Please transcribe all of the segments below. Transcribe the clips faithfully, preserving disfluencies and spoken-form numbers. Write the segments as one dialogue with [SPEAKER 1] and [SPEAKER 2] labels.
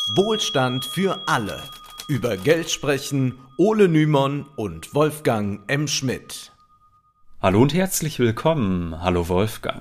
[SPEAKER 1] Wohlstand für alle. Über Geld sprechen Ole Nymon und Wolfgang M. Schmidt.
[SPEAKER 2] Hallo und herzlich willkommen. Hallo Wolfgang.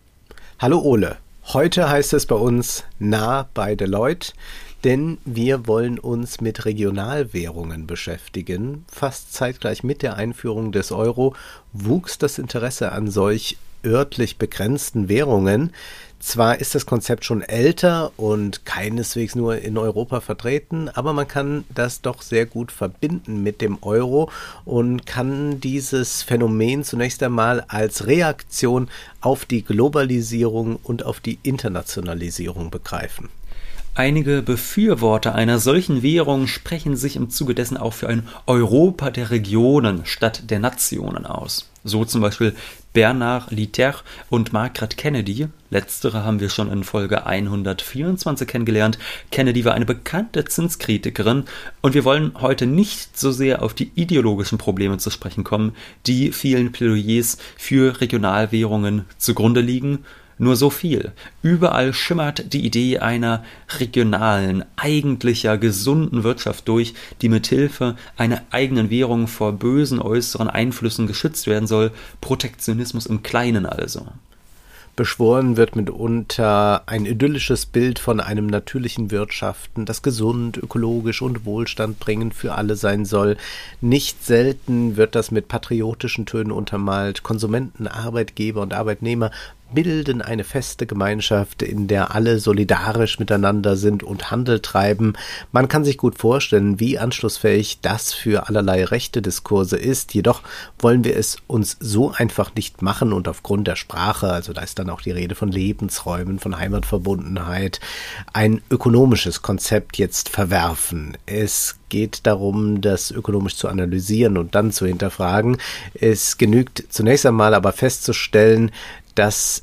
[SPEAKER 3] Hallo Ole. Heute heißt es bei uns nah bei Deloitte, denn wir wollen uns mit Regionalwährungen beschäftigen. Fast zeitgleich mit der Einführung des Euro wuchs das Interesse an solch örtlich begrenzten Währungen. Zwar ist das Konzept schon älter und keineswegs nur in Europa vertreten, aber man kann das doch sehr gut verbinden mit dem Euro und kann dieses Phänomen zunächst einmal als Reaktion auf die Globalisierung und auf die Internationalisierung begreifen.
[SPEAKER 2] Einige Befürworter einer solchen Währung sprechen sich im Zuge dessen auch für ein Europa der Regionen statt der Nationen aus. So zum Beispiel Bernard Lietaerts und Margaret Kennedy. Letztere haben wir schon in Folge hundertvierundzwanzig kennengelernt. Kennedy war eine bekannte Zinskritikerin und wir wollen heute nicht so sehr auf die ideologischen Probleme zu sprechen kommen, die vielen Plädoyers für Regionalwährungen zugrunde liegen. Nur so viel. Überall schimmert die Idee einer regionalen, eigentlicher, gesunden Wirtschaft durch, die mithilfe einer eigenen Währung vor bösen äußeren Einflüssen geschützt werden soll. Protektionismus im Kleinen also.
[SPEAKER 3] Beschworen wird mitunter ein idyllisches Bild von einem natürlichen Wirtschaften, das gesund, ökologisch und Wohlstand bringend für alle sein soll. Nicht selten wird das mit patriotischen Tönen untermalt. Konsumenten, Arbeitgeber und Arbeitnehmer bilden eine feste Gemeinschaft, in der alle solidarisch miteinander sind und Handel treiben. Man kann sich gut vorstellen, wie anschlussfähig das für allerlei rechte Diskurse ist. Jedoch wollen wir es uns so einfach nicht machen und aufgrund der Sprache, also da ist dann auch die Rede von Lebensräumen, von Heimatverbundenheit, ein ökonomisches Konzept jetzt verwerfen. Es geht darum, das ökonomisch zu analysieren und dann zu hinterfragen. Es genügt zunächst einmal aber festzustellen, dass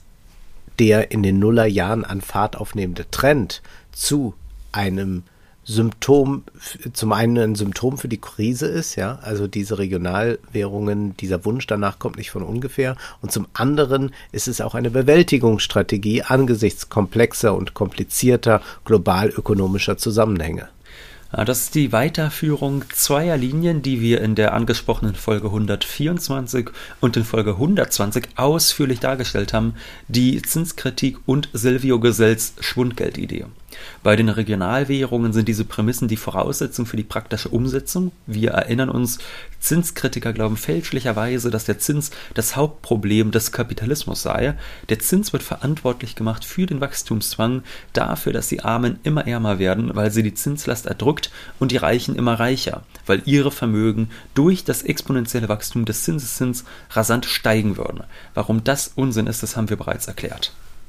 [SPEAKER 3] der in den Nullerjahren an Fahrt aufnehmende Trend zu einem Symptom, zum einen ein Symptom für die Krise ist, ja, also diese Regionalwährungen, dieser Wunsch danach kommt nicht von ungefähr, und zum anderen ist es auch eine Bewältigungsstrategie angesichts komplexer und komplizierter global-ökonomischer Zusammenhänge.
[SPEAKER 2] Das ist die Weiterführung zweier Linien, die wir in der angesprochenen Folge hundertvierundzwanzig und in Folge hundertzwanzig ausführlich dargestellt haben, die Zinskritik und Silvio Gesells Schwundgeldidee. Bei den Regionalwährungen sind diese Prämissen die Voraussetzung für die praktische Umsetzung. Wir erinnern uns, Zinskritiker glauben fälschlicherweise, dass der Zins das Hauptproblem des Kapitalismus sei. Der Zins wird verantwortlich gemacht für den Wachstumszwang, dafür, dass die Armen immer ärmer werden, weil sie die Zinslast erdrückt, und die Reichen immer reicher, weil ihre Vermögen durch das exponentielle Wachstum des Zinseszins rasant steigen würden. Warum das Unsinn ist, das haben wir bereits erklärt.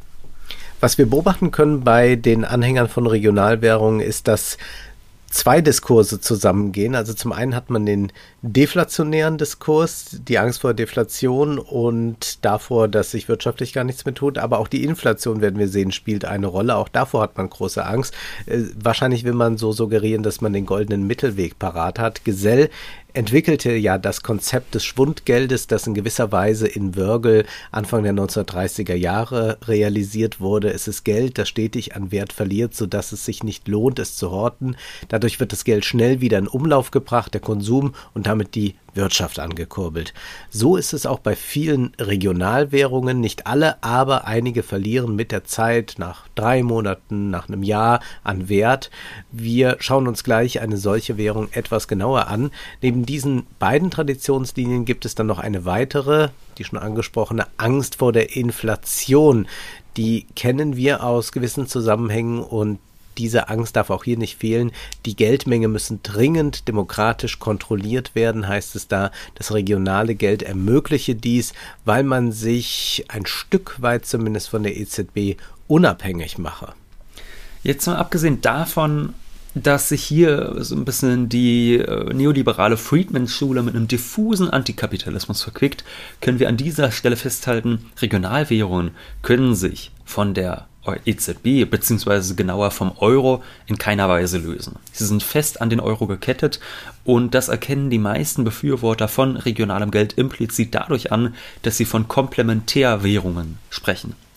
[SPEAKER 3] Was wir beobachten können bei den Anhängern von Regionalwährungen ist, dass zwei Diskurse zusammengehen. Also zum einen hat man den deflationären Diskurs, die Angst vor Deflation und davor, dass sich wirtschaftlich gar nichts mehr tut. Aber auch die Inflation, werden wir sehen, spielt eine Rolle. Auch davor hat man große Angst. Äh, wahrscheinlich will man so suggerieren, dass man den goldenen Mittelweg parat hat. Gesell entwickelte ja das Konzept des Schwundgeldes, das in gewisser Weise in Wörgl Anfang der neunzehnhundertdreißiger Jahre realisiert wurde. Es ist Geld, das stetig an Wert verliert, sodass es sich nicht lohnt, es zu horten. Dadurch wird das Geld schnell wieder in Umlauf gebracht, der Konsum und damit die Wirtschaft angekurbelt. So ist es auch bei vielen Regionalwährungen, nicht alle, aber einige verlieren mit der Zeit nach drei Monaten, nach einem Jahr an Wert. Wir schauen uns gleich eine solche Währung etwas genauer an. Neben diesen beiden Traditionslinien gibt es dann noch eine weitere, die schon angesprochene Angst vor der Inflation. Die kennen wir aus gewissen Zusammenhängen und diese Angst darf auch hier nicht fehlen. Die Geldmenge müssen dringend demokratisch kontrolliert werden, heißt es da. Das regionale Geld ermögliche dies, weil man sich ein Stück weit zumindest von der E Z B unabhängig mache.
[SPEAKER 2] Jetzt mal abgesehen davon, dass sich hier so ein bisschen die äh, neoliberale Friedman-Schule mit einem diffusen Antikapitalismus verquickt, können wir an dieser Stelle festhalten, Regionalwährungen können sich von der E Z B bzw. genauer vom Euro in keiner Weise lösen. Sie sind fest an den Euro gekettet und das erkennen die meisten Befürworter von regionalem Geld implizit dadurch an, dass sie von Komplementärwährungen sprechen.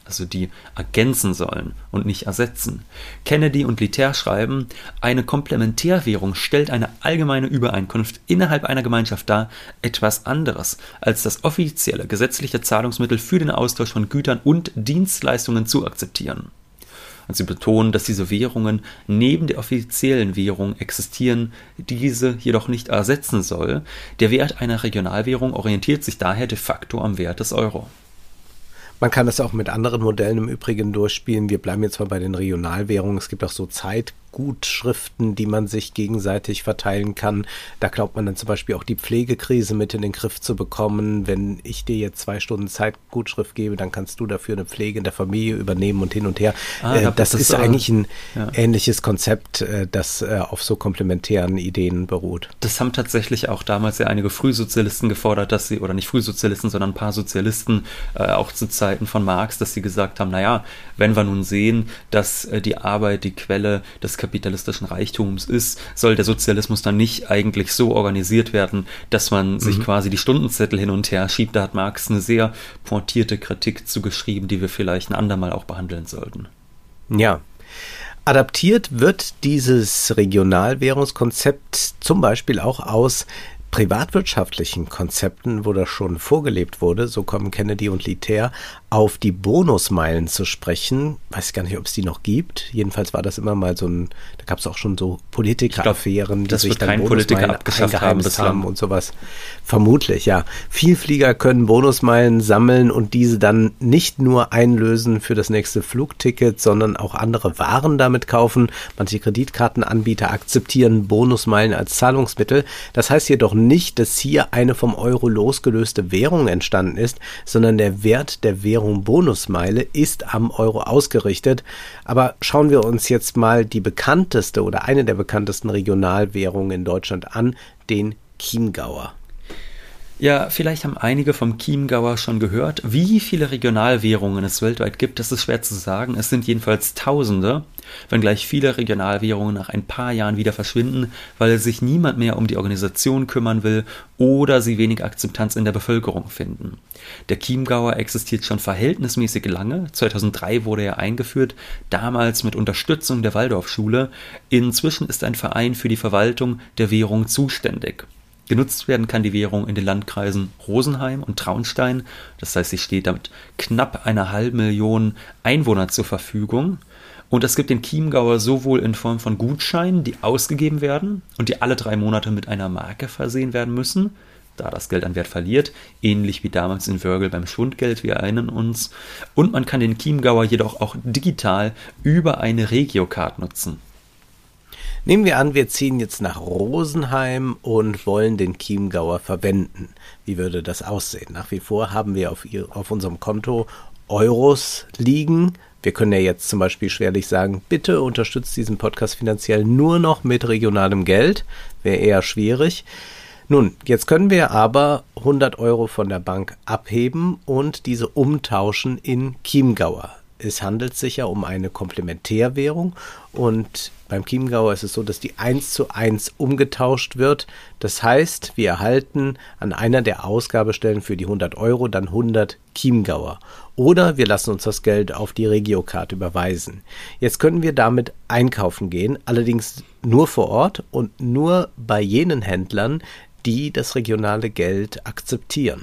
[SPEAKER 2] also die ergänzen sollen und nicht ersetzen. Kennedy und Litaire schreiben, eine Komplementärwährung stellt eine allgemeine Übereinkunft innerhalb einer Gemeinschaft dar, etwas anderes als das offizielle gesetzliche Zahlungsmittel für den Austausch von Gütern und Dienstleistungen zu akzeptieren. Und sie betonen, dass diese Währungen neben der offiziellen Währung existieren, diese jedoch nicht ersetzen soll. Der Wert einer Regionalwährung orientiert sich daher de facto am Wert des Euro.
[SPEAKER 3] Man kann das auch mit anderen Modellen im Übrigen durchspielen. Wir bleiben jetzt mal bei den Regionalwährungen. Es gibt auch so Zeitgutschriften, die man sich gegenseitig verteilen kann. Da glaubt man dann zum Beispiel auch die Pflegekrise mit in den Griff zu bekommen. Wenn ich dir jetzt zwei Stunden Zeitgutschrift gebe, dann kannst du dafür eine Pflege in der Familie übernehmen und hin und her. Ah, äh, das, das ist äh, eigentlich ein ja. ähnliches Konzept, äh, das äh, auf so komplementären Ideen beruht.
[SPEAKER 2] Das haben tatsächlich auch damals ja einige Frühsozialisten gefordert, dass sie, oder nicht Frühsozialisten, sondern ein paar Sozialisten, äh, auch zu Zeiten von Marx, dass sie gesagt haben, naja, wenn wir nun sehen, dass äh, die Arbeit die Quelle des kapitalistischen Reichtums ist, soll der Sozialismus dann nicht eigentlich so organisiert werden, dass man mhm. sich quasi die Stundenzettel hin und her schiebt. Da hat Marx eine sehr pointierte Kritik zugeschrieben, die wir vielleicht ein andermal auch behandeln sollten.
[SPEAKER 3] Ja. Adaptiert wird dieses Regionalwährungskonzept zum Beispiel auch aus privatwirtschaftlichen Konzepten, wo das schon vorgelebt wurde. So kommen Kennedy und Litaire auf die Bonusmeilen zu sprechen. Weiß gar nicht, ob es die noch gibt. Jedenfalls war das immer mal so ein, da gab es auch schon so Politiker-Affären, die sich dann Bonusmeilen eingeheimst haben und sowas. Vermutlich, ja. Vielflieger können Bonusmeilen sammeln und diese dann nicht nur einlösen für das nächste Flugticket, sondern auch andere Waren damit kaufen. Manche Kreditkartenanbieter akzeptieren Bonusmeilen als Zahlungsmittel. Das heißt jedoch nicht, dass hier eine vom Euro losgelöste Währung entstanden ist, sondern der Wert der Währung Bonusmeile ist am Euro ausgerichtet. Aber schauen wir uns jetzt mal die bekannteste oder eine der bekanntesten Regionalwährungen in Deutschland an, den Chiemgauer.
[SPEAKER 2] Ja, vielleicht haben einige vom Chiemgauer schon gehört. Wie viele Regionalwährungen es weltweit gibt, das ist schwer zu sagen. Es sind jedenfalls Tausende, wenngleich viele Regionalwährungen nach ein paar Jahren wieder verschwinden, weil sich niemand mehr um die Organisation kümmern will oder sie wenig Akzeptanz in der Bevölkerung finden. Der Chiemgauer existiert schon verhältnismäßig lange. zweitausenddrei wurde er eingeführt, damals mit Unterstützung der Waldorfschule. Inzwischen ist ein Verein für die Verwaltung der Währung zuständig. Genutzt werden kann die Währung in den Landkreisen Rosenheim und Traunstein. Das heißt, sie steht damit knapp einer halben Million Einwohner zur Verfügung. Und es gibt den Chiemgauer sowohl in Form von Gutscheinen, die ausgegeben werden und die alle drei Monate mit einer Marke versehen werden müssen, da das Geld an Wert verliert, ähnlich wie damals in Wörgl beim Schwundgeld, wir erinnern uns. Und man kann den Chiemgauer jedoch auch digital über eine Regiocard nutzen.
[SPEAKER 3] Nehmen wir an, wir ziehen jetzt nach Rosenheim und wollen den Chiemgauer verwenden. Wie würde das aussehen? Nach wie vor haben wir auf, ihr, auf unserem Konto Euros liegen. Wir können ja jetzt zum Beispiel schwerlich sagen, bitte unterstützt diesen Podcast finanziell nur noch mit regionalem Geld. Wäre eher schwierig. Nun, jetzt können wir aber hundert Euro von der Bank abheben und diese umtauschen in Chiemgauer. Es handelt sich ja um eine Komplementärwährung und beim Chiemgauer ist es so, dass die eins zu eins umgetauscht wird. Das heißt, wir erhalten an einer der Ausgabestellen für die hundert Euro dann hundert Chiemgauer. Oder wir lassen uns das Geld auf die Regiocard überweisen. Jetzt können wir damit einkaufen gehen, allerdings nur vor Ort und nur bei jenen Händlern, die das regionale Geld akzeptieren.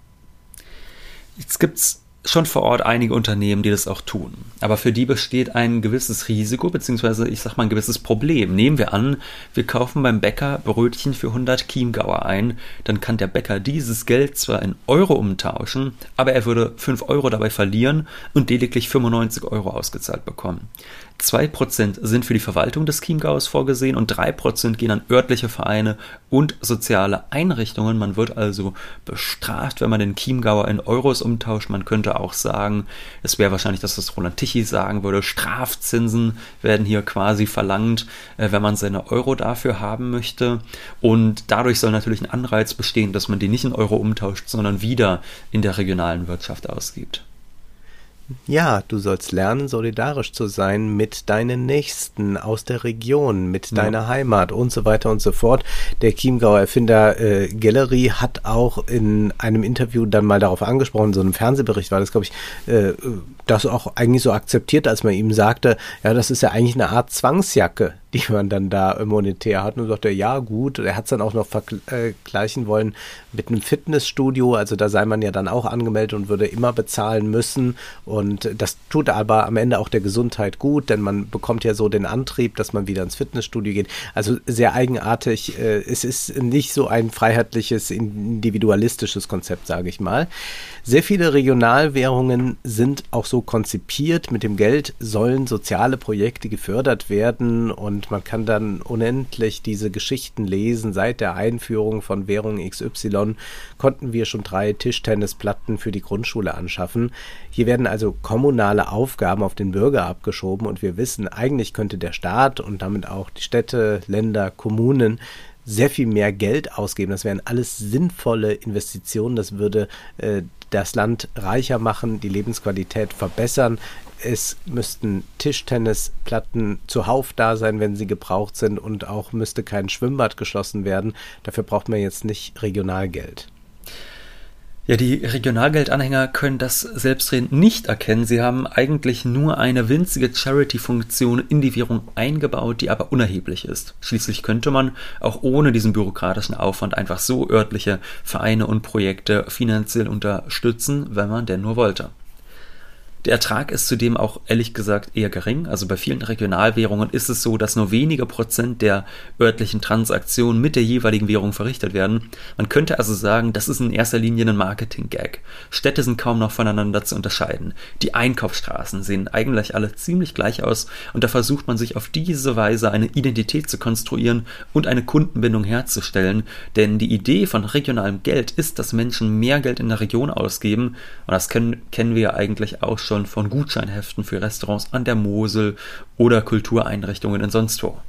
[SPEAKER 2] Jetzt gibt's schon vor Ort einige Unternehmen, die das auch tun. Aber für die besteht ein gewisses Risiko, beziehungsweise ich sag mal ein gewisses Problem. Nehmen wir an, wir kaufen beim Bäcker Brötchen für hundert Chiemgauer ein, dann kann der Bäcker dieses Geld zwar in Euro umtauschen, aber er würde fünf Euro dabei verlieren und lediglich fünfundneunzig Euro ausgezahlt bekommen. zwei Prozent sind für die Verwaltung des Chiemgauers vorgesehen und drei Prozent gehen an örtliche Vereine und soziale Einrichtungen. Man wird also bestraft, wenn man den Chiemgauer in Euros umtauscht. Man könnte auch sagen, es wäre wahrscheinlich, dass das Roland Tichy sagen würde, Strafzinsen werden hier quasi verlangt, wenn man seine Euro dafür haben möchte. Und dadurch soll natürlich ein Anreiz bestehen, dass man die nicht in Euro umtauscht, sondern wieder in der regionalen Wirtschaft ausgibt.
[SPEAKER 3] Ja, du sollst lernen, solidarisch zu sein mit deinen Nächsten aus der Region, mit ja. deiner Heimat und so weiter und so fort. Der Chiemgauer Erfinder äh, Guillory hat auch in einem Interview dann mal darauf angesprochen, so einem Fernsehbericht war das, glaube ich, äh, das auch eigentlich so akzeptiert, als man ihm sagte, ja, das ist ja eigentlich eine Art Zwangsjacke, die man dann da monetär hat. Und sagte, ja gut, er hat es dann auch noch vergleichen wollen mit einem Fitnessstudio, also da sei man ja dann auch angemeldet und würde immer bezahlen müssen. Und das tut aber am Ende auch der Gesundheit gut, denn man bekommt ja so den Antrieb, dass man wieder ins Fitnessstudio geht. Also sehr eigenartig. Es ist nicht so ein freiheitliches, individualistisches Konzept, sage ich mal. Sehr viele Regionalwährungen sind auch so konzipiert. Mit dem Geld sollen soziale Projekte gefördert werden und man kann dann unendlich diese Geschichten lesen. Seit der Einführung von Währung X Y konnten wir schon drei Tischtennisplatten für die Grundschule anschaffen. Hier werden also kommunale Aufgaben auf den Bürger abgeschoben und wir wissen, eigentlich könnte der Staat und damit auch die Städte, Länder, Kommunen sehr viel mehr Geld ausgeben. Das wären alles sinnvolle Investitionen. Das würde äh, das Land reicher machen, die Lebensqualität verbessern. Es müssten Tischtennisplatten zuhauf da sein, wenn sie gebraucht sind und auch müsste kein Schwimmbad geschlossen werden. Dafür braucht man jetzt nicht Regionalgeld.
[SPEAKER 2] Ja, die Regionalgeldanhänger können das selbstredend nicht erkennen. Sie haben eigentlich nur eine winzige Charity-Funktion in die Währung eingebaut, die aber unerheblich ist. Schließlich könnte man auch ohne diesen bürokratischen Aufwand einfach so örtliche Vereine und Projekte finanziell unterstützen, wenn man denn nur wollte. Der Ertrag ist zudem auch ehrlich gesagt eher gering. Also bei vielen Regionalwährungen ist es so, dass nur wenige Prozent der örtlichen Transaktionen mit der jeweiligen Währung verrichtet werden. Man könnte also sagen, das ist in erster Linie ein Marketing-Gag. Städte sind kaum noch voneinander zu unterscheiden. Die Einkaufsstraßen sehen eigentlich alle ziemlich gleich aus und da versucht man sich auf diese Weise eine Identität zu konstruieren und eine Kundenbindung herzustellen. Denn die Idee von regionalem Geld ist, dass Menschen mehr Geld in der Region ausgeben und das kennen, kennen wir ja eigentlich auch schon von Gutscheinheften für Restaurants an der Mosel oder Kultureinrichtungen in sonst wo.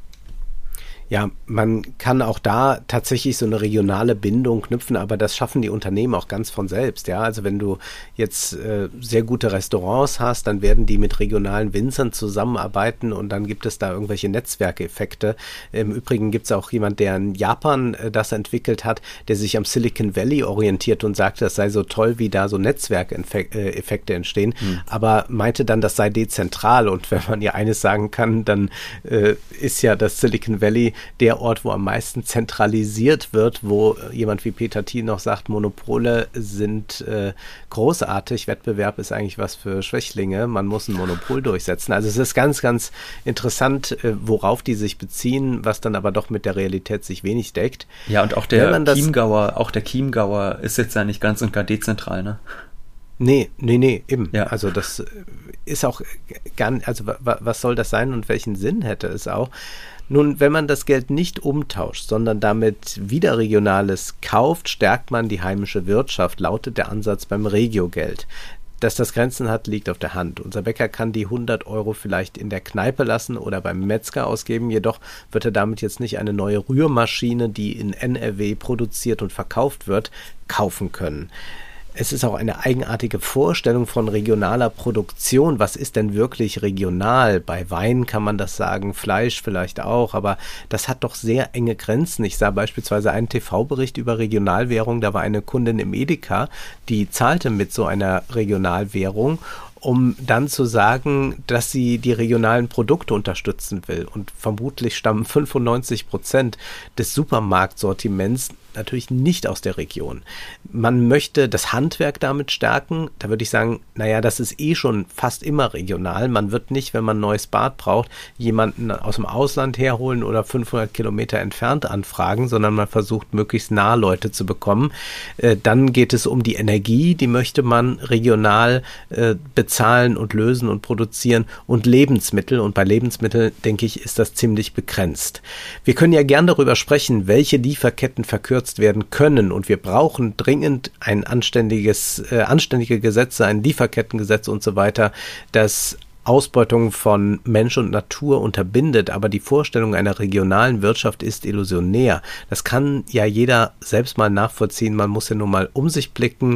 [SPEAKER 3] Ja, man kann auch da tatsächlich so eine regionale Bindung knüpfen, aber das schaffen die Unternehmen auch ganz von selbst. Ja, also wenn du jetzt äh, sehr gute Restaurants hast, dann werden die mit regionalen Winzern zusammenarbeiten und dann gibt es da irgendwelche Netzwerkeffekte. Im Übrigen gibt es auch jemand, der in Japan äh, das entwickelt hat, der sich am Silicon Valley orientiert und sagte, das sei so toll, wie da so Netzwerkeffekte entstehen, hm. aber meinte dann, das sei dezentral und wenn man ja eines sagen kann, dann äh, ist ja das Silicon Valley der Ort, wo am meisten zentralisiert wird, wo jemand wie Peter Thiel noch sagt, Monopole sind äh, großartig, Wettbewerb ist eigentlich was für Schwächlinge, man muss ein Monopol durchsetzen. Also es ist ganz, ganz interessant, äh, worauf die sich beziehen, was dann aber doch mit der Realität sich wenig deckt.
[SPEAKER 2] Ja, und auch der Chiemgauer, auch der Chiemgauer ist jetzt ja nicht ganz und gar dezentral, ne?
[SPEAKER 3] Nee, nee, nee, eben.
[SPEAKER 2] Ja.
[SPEAKER 3] Also das ist auch gar nicht, also was soll das sein und welchen Sinn hätte es auch? Nun, wenn man das Geld nicht umtauscht, sondern damit wieder Regionales kauft, stärkt man die heimische Wirtschaft, lautet der Ansatz beim Regiogeld. Dass das Grenzen hat, liegt auf der Hand. Unser Bäcker kann die hundert Euro vielleicht in der Kneipe lassen oder beim Metzger ausgeben, jedoch wird er damit jetzt nicht eine neue Rührmaschine, die in N R W produziert und verkauft wird, kaufen können. Es ist auch eine eigenartige Vorstellung von regionaler Produktion. Was ist denn wirklich regional? Bei Wein kann man das sagen, Fleisch vielleicht auch, aber das hat doch sehr enge Grenzen. Ich sah beispielsweise einen T V-Bericht über Regionalwährung, da war eine Kundin im Edeka, die zahlte mit so einer Regionalwährung, um dann zu sagen, dass sie die regionalen Produkte unterstützen will. Und vermutlich stammen fünfundneunzig Prozent des Supermarktsortiments natürlich nicht aus der Region. Man möchte das Handwerk damit stärken. Da würde ich sagen, naja, das ist eh schon fast immer regional. Man wird nicht, wenn man ein neues Bad braucht, jemanden aus dem Ausland herholen oder fünfhundert Kilometer entfernt anfragen, sondern man versucht, möglichst nah Leute zu bekommen. Äh, dann geht es um die Energie, die möchte man regional äh, bezahlen und lösen und produzieren und Lebensmittel. Und bei Lebensmitteln, denke ich, ist das ziemlich begrenzt. Wir können ja gern darüber sprechen, welche Lieferketten verkürzt werden können und wir brauchen dringend ein anständiges, äh, anständige Gesetze, ein Lieferkettengesetz und so weiter, das Ausbeutung von Mensch und Natur unterbindet, aber die Vorstellung einer regionalen Wirtschaft ist illusionär. Das kann ja jeder selbst mal nachvollziehen. Man muss ja nur mal um sich blicken,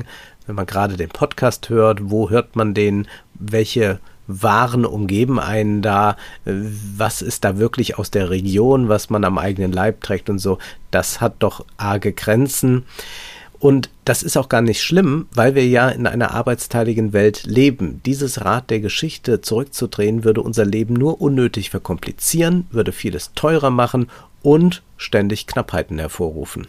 [SPEAKER 3] wenn man gerade den Podcast hört, wo hört man den, welche Waren umgeben einen da, was ist da wirklich aus der Region, was man am eigenen Leib trägt und so, das hat doch arge Grenzen. Und das ist auch gar nicht schlimm, weil wir ja in einer arbeitsteiligen Welt leben. Dieses Rad der Geschichte zurückzudrehen, würde unser Leben nur unnötig verkomplizieren, würde vieles teurer machen und ständig Knappheiten hervorrufen.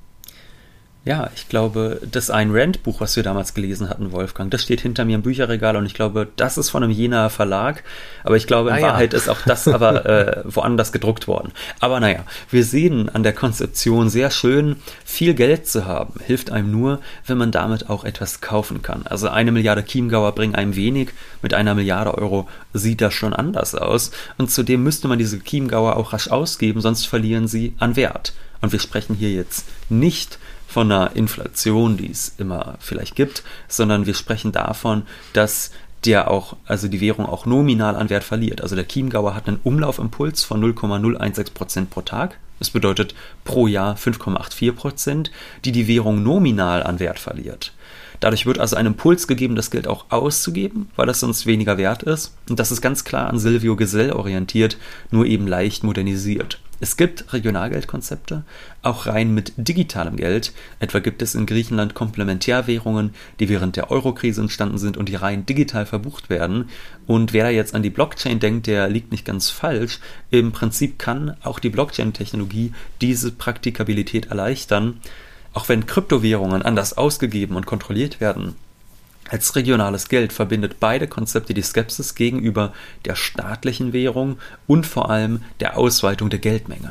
[SPEAKER 2] Ja, ich glaube, das ein Rand-Buch, was wir damals gelesen hatten, Wolfgang, das steht hinter mir im Bücherregal und ich glaube, das ist von einem Jenaer Verlag, aber ich glaube, in ah, Wahrheit ja. ist auch das aber äh, woanders gedruckt worden. Aber naja, wir sehen an der Konzeption sehr schön, viel Geld zu haben, hilft einem nur, wenn man damit auch etwas kaufen kann. Also eine Milliarde Chiemgauer bringen einem wenig, mit einer Milliarde Euro sieht das schon anders aus und zudem müsste man diese Chiemgauer auch rasch ausgeben, sonst verlieren sie an Wert. Und wir sprechen hier jetzt nicht von einer Inflation, die es immer vielleicht gibt, sondern wir sprechen davon, dass der auch, also die Währung auch nominal an Wert verliert. Also der Chiemgauer hat einen Umlaufimpuls von null Komma null eins sechs Prozent pro Tag. Das bedeutet pro Jahr fünf Komma vier Prozent, die die Währung nominal an Wert verliert. Dadurch wird also ein Impuls gegeben, das Geld auch auszugeben, weil das sonst weniger wert ist. Und das ist ganz klar an Silvio Gesell orientiert, nur eben leicht modernisiert. Es gibt Regionalgeldkonzepte, auch rein mit digitalem Geld. Etwa gibt es in Griechenland Komplementärwährungen, die während der Eurokrise entstanden sind und die rein digital verbucht werden. Und wer da jetzt an die Blockchain denkt, der liegt nicht ganz falsch. Im Prinzip kann auch die Blockchain-Technologie diese Praktikabilität erleichtern. Auch wenn Kryptowährungen anders ausgegeben und kontrolliert werden, als regionales Geld verbindet beide Konzepte die Skepsis gegenüber der staatlichen Währung und vor allem der Ausweitung der Geldmenge.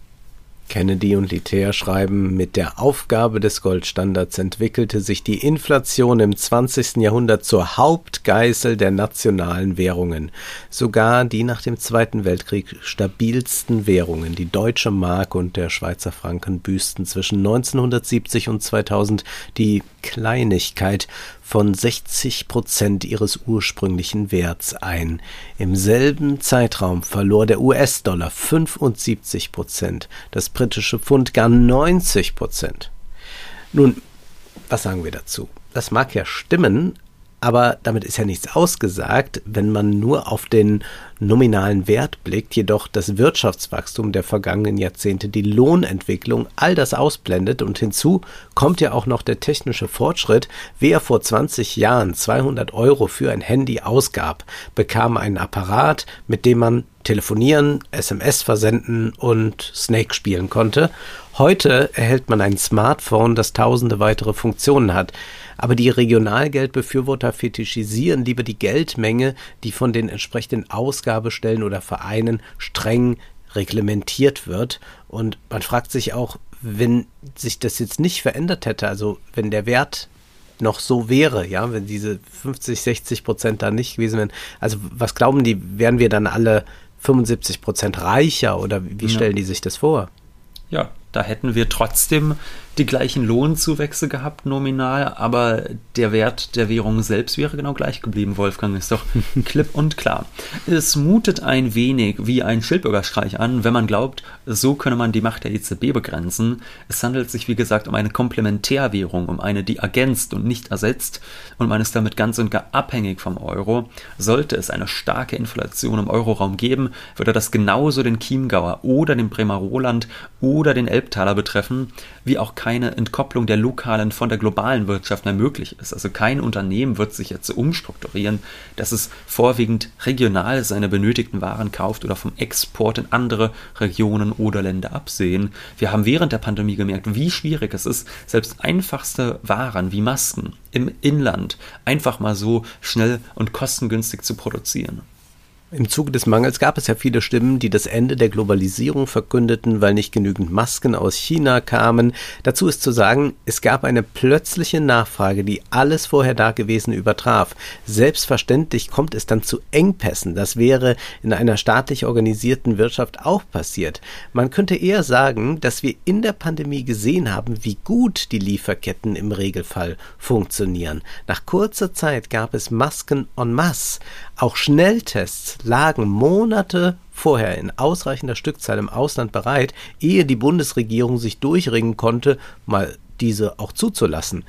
[SPEAKER 3] Kennedy und Litär schreiben, mit der Aufgabe des Goldstandards entwickelte sich die Inflation im zwanzigsten Jahrhundert zur Hauptgeißel der nationalen Währungen. Sogar die nach dem Zweiten Weltkrieg stabilsten Währungen, die deutsche Mark und der Schweizer Franken, büßten zwischen neunzehnhundertsiebzig und zweitausend die Kleinigkeit von sechzig Prozent ihres ursprünglichen Werts ein. Im selben Zeitraum verlor der U S-Dollar fünfundsiebzig Prozent, das britische Pfund gar neunzig Prozent. Nun, was sagen wir dazu? Das mag ja stimmen, aber damit ist ja nichts ausgesagt, wenn man nur auf den nominalen Wert blickt, jedoch das Wirtschaftswachstum der vergangenen Jahrzehnte, die Lohnentwicklung, all das ausblendet und hinzu kommt ja auch noch der technische Fortschritt. Wer vor zwanzig Jahren zweihundert Euro für ein Handy ausgab, bekam einen Apparat, mit dem man telefonieren, S M S versenden und Snake spielen konnte. Heute erhält man ein Smartphone, das tausende weitere Funktionen hat. Aber die Regionalgeldbefürworter fetischisieren lieber die Geldmenge, die von den entsprechenden Ausgabestellen oder Vereinen streng reglementiert wird. Und man fragt sich auch, wenn sich das jetzt nicht verändert hätte, also wenn der Wert noch so wäre, ja, wenn diese fünfzig, sechzig Prozent da nicht gewesen wären, also was glauben die, wären wir dann alle fünfundsiebzig Prozent reicher oder wie stellen ja. die sich das vor?
[SPEAKER 2] Ja, da hätten wir trotzdem die gleichen Lohnzuwächse gehabt nominal, aber der Wert der Währung selbst wäre genau gleich geblieben, Wolfgang, ist doch klipp und klar. Es mutet ein wenig wie ein Schildbürgerstreich an, wenn man glaubt, so könne man die Macht der E Z B begrenzen. Es handelt sich, wie gesagt, um eine Komplementärwährung, um eine, die ergänzt und nicht ersetzt und man ist damit ganz und gar abhängig vom Euro. Sollte es eine starke Inflation im Euroraum geben, würde das genauso den Chiemgauer oder den Bremer Roland oder den Elbtaler betreffen, wie auch keine Entkopplung der lokalen von der globalen Wirtschaft mehr möglich ist. Also kein Unternehmen wird sich jetzt so umstrukturieren, dass es vorwiegend regional seine benötigten Waren kauft oder vom Export in andere Regionen oder Länder absehen. Wir haben während der Pandemie gemerkt, wie schwierig es ist, selbst einfachste Waren wie Masken im Inland einfach mal so schnell und kostengünstig zu produzieren.
[SPEAKER 3] Im Zuge des Mangels gab es ja viele Stimmen, die das Ende der Globalisierung verkündeten, weil nicht genügend Masken aus China kamen. Dazu ist zu sagen, es gab eine plötzliche Nachfrage, die alles vorher Dagewesene übertraf. Selbstverständlich kommt es dann zu Engpässen. Das wäre in einer staatlich organisierten Wirtschaft auch passiert. Man könnte eher sagen, dass wir in der Pandemie gesehen haben, wie gut die Lieferketten im Regelfall funktionieren. Nach kurzer Zeit gab es Masken en masse. Auch Schnelltests lagen Monate vorher in ausreichender Stückzahl im Ausland bereit, ehe die Bundesregierung sich durchringen konnte, mal diese auch zuzulassen.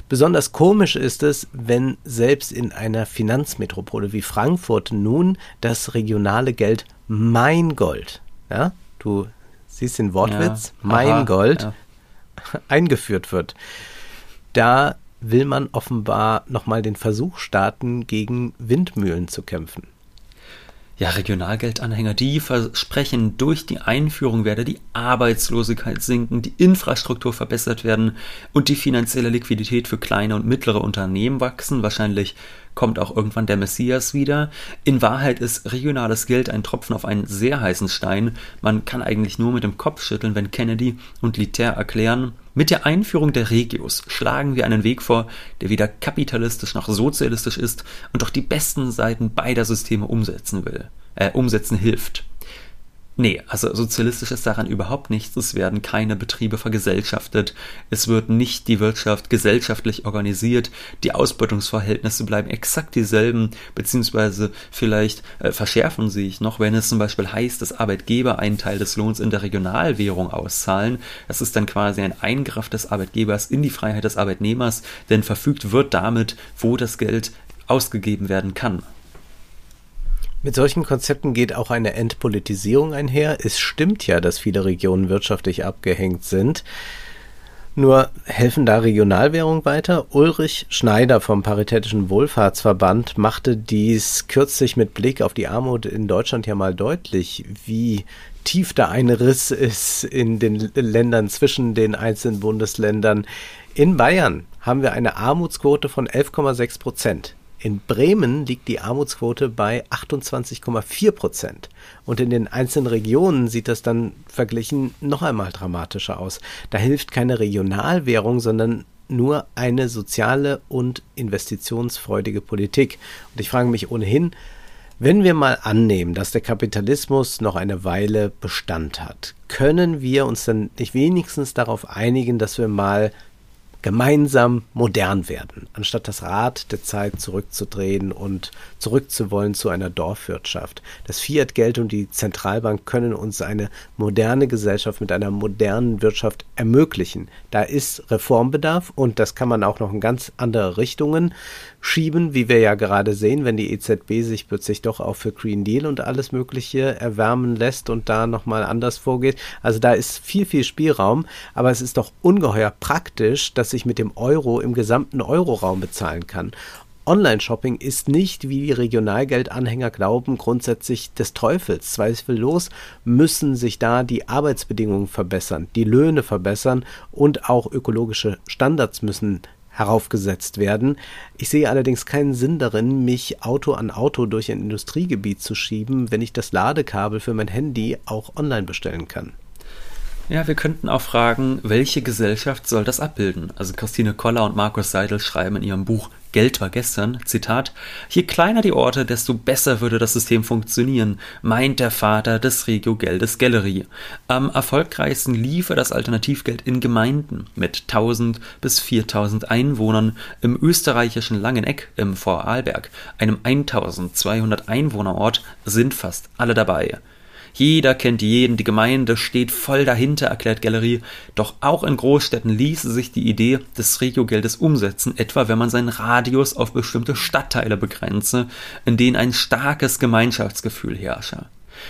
[SPEAKER 3] Besonders komisch ist es, wenn selbst in einer Finanzmetropole wie Frankfurt nun das regionale Geld Mein Gold, ja, du siehst den Wortwitz, ja, Mein aha, Gold, ja. eingeführt wird. Da will man offenbar nochmal den Versuch starten, gegen Windmühlen zu kämpfen.
[SPEAKER 2] Ja, Regionalgeldanhänger, die versprechen, durch die Einführung werde die Arbeitslosigkeit sinken, die Infrastruktur verbessert werden und die finanzielle Liquidität für kleine und mittlere Unternehmen wachsen. Wahrscheinlich kommt auch irgendwann der Messias wieder. In Wahrheit ist regionales Geld ein Tropfen auf einen sehr heißen Stein. Man kann eigentlich nur mit dem Kopf schütteln, wenn Kennedy und Litter erklären, mit der Einführung der Regios schlagen wir einen Weg vor, der weder kapitalistisch noch sozialistisch ist und doch die besten Seiten beider Systeme umsetzen will, äh, umsetzen hilft. Nee, also sozialistisch ist daran überhaupt nichts. Es werden keine Betriebe vergesellschaftet. Es wird nicht die Wirtschaft gesellschaftlich organisiert. Die Ausbeutungsverhältnisse bleiben exakt dieselben, beziehungsweise vielleicht äh, verschärfen sie sich noch, wenn es zum Beispiel heißt, dass Arbeitgeber einen Teil des Lohns in der Regionalwährung auszahlen. Das ist dann quasi ein Eingriff des Arbeitgebers in die Freiheit des Arbeitnehmers, denn verfügt wird damit, wo das Geld ausgegeben werden kann.
[SPEAKER 3] Mit solchen Konzepten geht auch eine Entpolitisierung einher. Es stimmt ja, dass viele Regionen wirtschaftlich abgehängt sind. Nur helfen da Regionalwährungen weiter? Ulrich Schneider vom Paritätischen Wohlfahrtsverband machte dies kürzlich mit Blick auf die Armut in Deutschland ja mal deutlich, wie tief da ein Riss ist in den Ländern zwischen den einzelnen Bundesländern. In Bayern haben wir eine Armutsquote von elf Komma sechs Prozent. In Bremen liegt die Armutsquote bei achtundzwanzig Komma vier Prozent. Und in den einzelnen Regionen sieht das dann verglichen noch einmal dramatischer aus. Da hilft keine Regionalwährung, sondern nur eine soziale und investitionsfreudige Politik. Und ich frage mich ohnehin, wenn wir mal annehmen, dass der Kapitalismus noch eine Weile Bestand hat, können wir uns dann nicht wenigstens darauf einigen, dass wir mal gemeinsam modern werden, anstatt das Rad der Zeit zurückzudrehen und zurückzuwollen zu einer Dorfwirtschaft. Das Fiat-Geld und die Zentralbank können uns eine moderne Gesellschaft mit einer modernen Wirtschaft ermöglichen. Da ist Reformbedarf und das kann man auch noch in ganz andere Richtungen schieben, wie wir ja gerade sehen, wenn die E Z B sich plötzlich doch auch für Green Deal und alles Mögliche erwärmen lässt und da nochmal anders vorgeht. Also da ist viel, viel Spielraum, aber es ist doch ungeheuer praktisch, dass ich mit dem Euro im gesamten Euroraum bezahlen kann. Online-Shopping ist nicht, wie die Regionalgeldanhänger glauben, grundsätzlich des Teufels. Zweifellos müssen sich da die Arbeitsbedingungen verbessern, die Löhne verbessern und auch ökologische Standards müssen heraufgesetzt werden. Ich sehe allerdings keinen Sinn darin, mich Auto an Auto durch ein Industriegebiet zu schieben, wenn ich das Ladekabel für mein Handy auch online bestellen kann.
[SPEAKER 2] Ja, wir könnten auch fragen, welche Gesellschaft soll das abbilden? Also Christine Koller und Markus Seidel schreiben in ihrem Buch Geld war gestern, Zitat, je kleiner die Orte, desto besser würde das System funktionieren, meint der Vater des Regiogeldes Gellery. Am erfolgreichsten liefe das Alternativgeld in Gemeinden mit tausend bis viertausend Einwohnern. Im österreichischen Langeneck im Vorarlberg, einem eintausendzweihundert Einwohnerort, sind fast alle dabei. Jeder kennt jeden, die Gemeinde steht voll dahinter, erklärt Gellery. Doch auch in Großstädten ließe sich die Idee des Regiogeldes umsetzen, etwa wenn man seinen Radius auf bestimmte Stadtteile begrenze, in denen ein starkes Gemeinschaftsgefühl herrsche.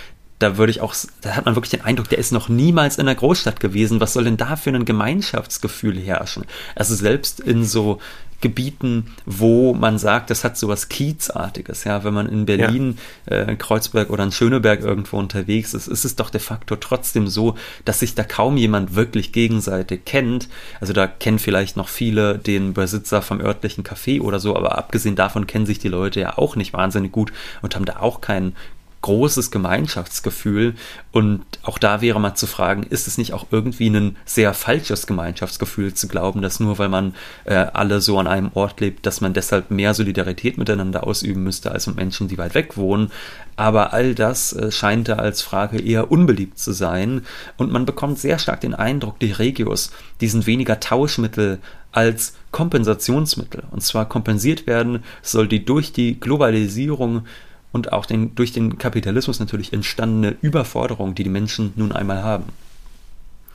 [SPEAKER 2] Da würde ich auch, da hat man wirklich den Eindruck, der ist noch niemals in einer Großstadt gewesen. Was soll denn da für ein Gemeinschaftsgefühl herrschen? Also selbst in so Gebieten, wo man sagt, das hat sowas Kiezartiges, ja, wenn man in Berlin, ja. äh, in Kreuzberg oder in Schöneberg irgendwo unterwegs ist, ist es doch de facto trotzdem so, dass sich da kaum jemand wirklich gegenseitig kennt. Also da kennen vielleicht noch viele den Besitzer vom örtlichen Café oder so, aber abgesehen davon kennen sich die Leute ja auch nicht wahnsinnig gut und haben da auch keinen großes Gemeinschaftsgefühl, und auch da wäre mal zu fragen, ist es nicht auch irgendwie ein sehr falsches Gemeinschaftsgefühl zu glauben, dass nur weil man äh, alle so an einem Ort lebt, dass man deshalb mehr Solidarität miteinander ausüben müsste als mit Menschen, die weit weg wohnen. Aber all das äh, scheint da als Frage eher unbeliebt zu sein, und man bekommt sehr stark den Eindruck, die Regios, die sind weniger Tauschmittel als Kompensationsmittel, und zwar kompensiert werden soll die durch die Globalisierung und auch den, durch den Kapitalismus natürlich entstandene Überforderung, die die Menschen nun einmal haben.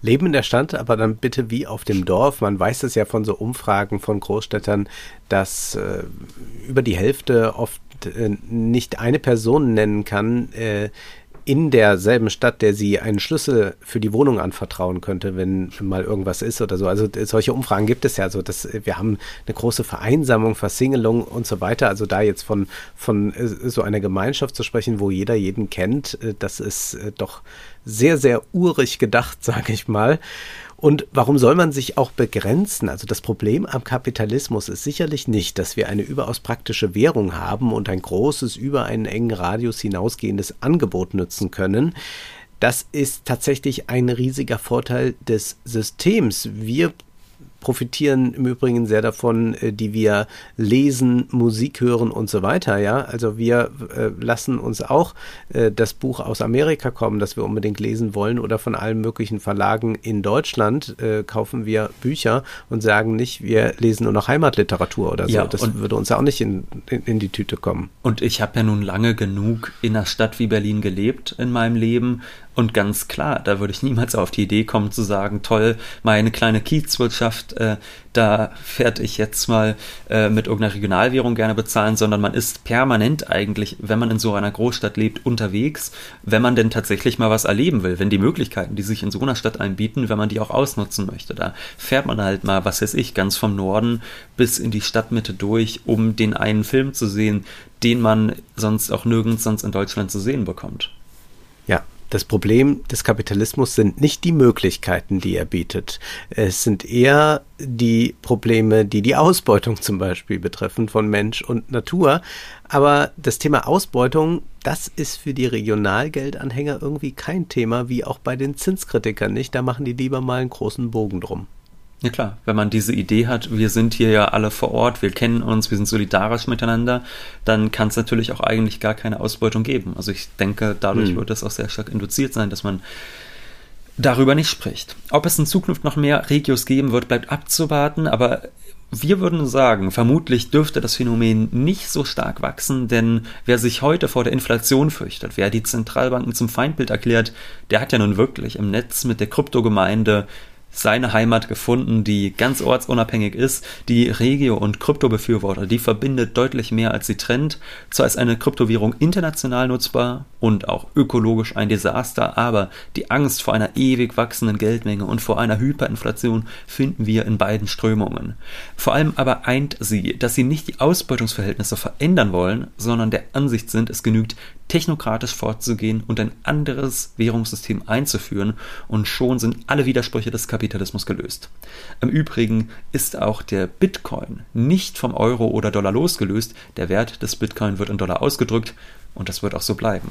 [SPEAKER 3] leben in der Stadt, aber dann bitte wie auf dem Dorf. Man weiß es ja von so Umfragen von Großstädtern, dass äh, über die Hälfte oft äh, nicht eine Person nennen kann, äh, in derselben Stadt, der sie einen Schlüssel für die Wohnung anvertrauen könnte, wenn mal irgendwas ist oder so. Also solche Umfragen gibt es ja. Also das, wir haben eine große Vereinsamung, Versingelung und so weiter. Also da jetzt von, von so einer Gemeinschaft zu sprechen, wo jeder jeden kennt, das ist doch sehr, sehr urig gedacht, sage ich mal. Und warum soll man sich auch begrenzen? Also das Problem am Kapitalismus ist sicherlich nicht, dass wir eine überaus praktische Währung haben und ein großes, über einen engen Radius hinausgehendes Angebot nutzen können. Das ist tatsächlich ein riesiger Vorteil des Systems. Wir profitieren im Übrigen sehr davon, die wir lesen, Musik hören und so weiter. Ja, also wir äh, lassen uns auch äh, das Buch aus Amerika kommen, das wir unbedingt lesen wollen, oder von allen möglichen Verlagen in Deutschland äh, kaufen wir Bücher und sagen nicht, wir lesen nur noch Heimatliteratur oder so.
[SPEAKER 2] Ja,
[SPEAKER 3] das würde uns ja auch nicht in, in, in die Tüte kommen.
[SPEAKER 2] Und ich habe ja nun lange genug in einer Stadt wie Berlin gelebt in meinem Leben. Und ganz klar, da würde ich niemals auf die Idee kommen zu sagen, toll, meine kleine Kiezwirtschaft, äh, da werde ich jetzt mal äh, mit irgendeiner Regionalwährung gerne bezahlen, sondern man ist permanent eigentlich, wenn man in so einer Großstadt lebt, unterwegs, wenn man denn tatsächlich mal was erleben will, wenn die Möglichkeiten, die sich in so einer Stadt einbieten, wenn man die auch ausnutzen möchte. Da fährt man halt mal, was weiß ich, ganz vom Norden bis in die Stadtmitte durch, um den einen Film zu sehen, den man sonst auch nirgends sonst in Deutschland zu sehen bekommt.
[SPEAKER 3] Ja. Das Problem des Kapitalismus sind nicht die Möglichkeiten, die er bietet. Es sind eher die Probleme, die die Ausbeutung zum Beispiel betreffen von Mensch und Natur. Aber das Thema Ausbeutung, das ist für die Regionalgeldanhänger irgendwie kein Thema, wie auch bei den Zinskritikern nicht. Da machen die lieber mal einen großen Bogen drum.
[SPEAKER 2] Ja klar, wenn man diese Idee hat, wir sind hier ja alle vor Ort, wir kennen uns, wir sind solidarisch miteinander, dann kann es natürlich auch eigentlich gar keine Ausbeutung geben. Also ich denke, dadurch hm. wird es auch sehr stark induziert sein, dass man darüber nicht spricht. Ob es in Zukunft noch mehr Regios geben wird, bleibt abzuwarten, aber wir würden sagen, vermutlich dürfte das Phänomen nicht so stark wachsen, denn wer sich heute vor der Inflation fürchtet, wer die Zentralbanken zum Feindbild erklärt, der hat ja nun wirklich im Netz mit der Kryptogemeinde seine Heimat gefunden, die ganz ortsunabhängig ist. Die Regio- und Kryptobefürworter, die verbindet deutlich mehr, als sie trennt. Zwar ist eine Kryptowährung international nutzbar und auch ökologisch ein Desaster, aber die Angst vor einer ewig wachsenden Geldmenge und vor einer Hyperinflation finden wir in beiden Strömungen. Vor allem aber eint sie, dass sie nicht die Ausbeutungsverhältnisse verändern wollen, sondern der Ansicht sind, es genügt, technokratisch vorzugehen und ein anderes Währungssystem einzuführen, und schon sind alle Widersprüche des Kapitalismus gelöst. Im Übrigen ist auch der Bitcoin nicht vom Euro oder Dollar losgelöst. Der Wert des Bitcoin wird in Dollar ausgedrückt und das wird auch so bleiben.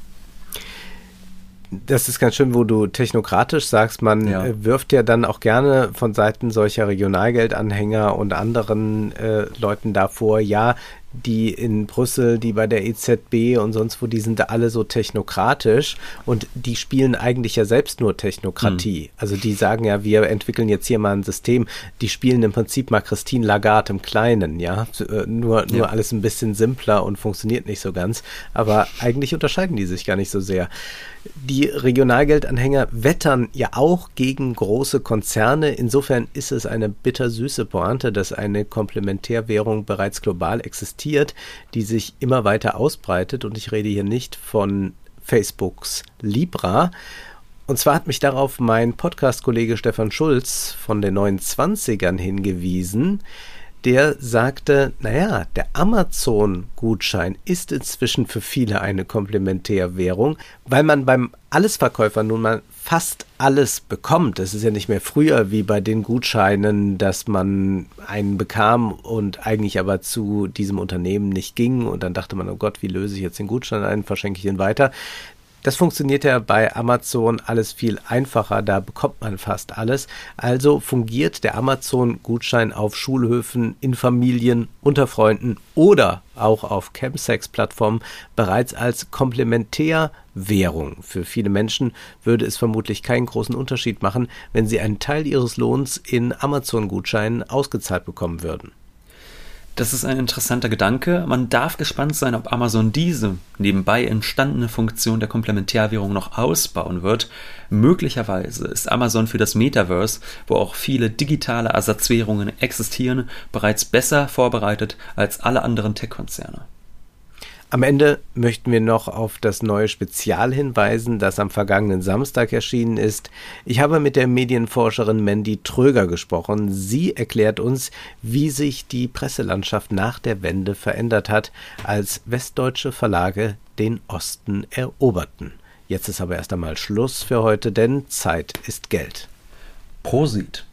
[SPEAKER 3] Das ist ganz schön, wo du technokratisch sagst, man ja. äh, wirft ja dann auch gerne von Seiten solcher Regionalgeldanhänger und anderen äh, Leuten davor, ja, die in Brüssel, die bei der E Z B und sonst wo, die sind da alle so technokratisch und die spielen eigentlich ja selbst nur Technokratie. Mhm. Also die sagen ja, wir entwickeln jetzt hier mal ein System, die spielen im Prinzip mal Christine Lagarde im Kleinen, ja, nur, nur ja. alles ein bisschen simpler und funktioniert nicht so ganz, aber eigentlich unterscheiden die sich gar nicht so sehr. Die Regionalgeldanhänger wettern ja auch gegen große Konzerne. Insofern ist es eine bittersüße Pointe, dass eine Komplementärwährung bereits global existiert, die sich immer weiter ausbreitet. Und ich rede hier nicht von Facebooks Libra. Und zwar hat mich darauf mein Podcast-Kollege Stefan Schulz von den neunundzwanzigern hingewiesen. Der sagte, naja, der Amazon-Gutschein ist inzwischen für viele eine Komplementärwährung, weil man beim Allesverkäufer nun mal fast alles bekommt. Es ist ja nicht mehr früher wie bei den Gutscheinen, dass man einen bekam und eigentlich aber zu diesem Unternehmen nicht ging und dann dachte man, oh Gott, wie löse ich jetzt den Gutschein ein, verschenke ich ihn weiter. Das funktioniert ja bei Amazon alles viel einfacher, da bekommt man fast alles. Also fungiert der Amazon-Gutschein auf Schulhöfen, in Familien, unter Freunden oder auch auf Chemsex-Plattformen bereits als Komplementärwährung. Für viele Menschen würde es vermutlich keinen großen Unterschied machen, wenn sie einen Teil ihres Lohns in Amazon-Gutscheinen ausgezahlt bekommen würden.
[SPEAKER 2] Das ist ein interessanter Gedanke. Man darf gespannt sein, ob Amazon diese nebenbei entstandene Funktion der Komplementärwährung noch ausbauen wird. Möglicherweise ist Amazon für das Metaverse, wo auch viele digitale Ersatzwährungen existieren, bereits besser vorbereitet als alle anderen Tech-Konzerne.
[SPEAKER 3] Am Ende möchten wir noch auf das neue Spezial hinweisen, das am vergangenen Samstag erschienen ist. Ich habe mit der Medienforscherin Mandy Tröger gesprochen. Sie erklärt uns, wie sich die Presselandschaft nach der Wende verändert hat, als westdeutsche Verlage den Osten eroberten. Jetzt ist aber erst einmal Schluss für heute, denn Zeit ist Geld.
[SPEAKER 2] Prosit.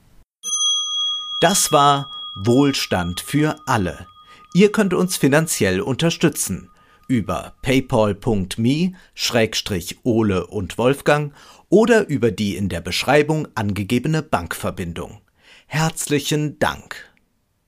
[SPEAKER 1] Das war Wohlstand für alle. Ihr könnt uns finanziell unterstützen über paypal punkt me Schrägstrich Ole und Wolfgang oder über die in der Beschreibung angegebene Bankverbindung. Herzlichen Dank!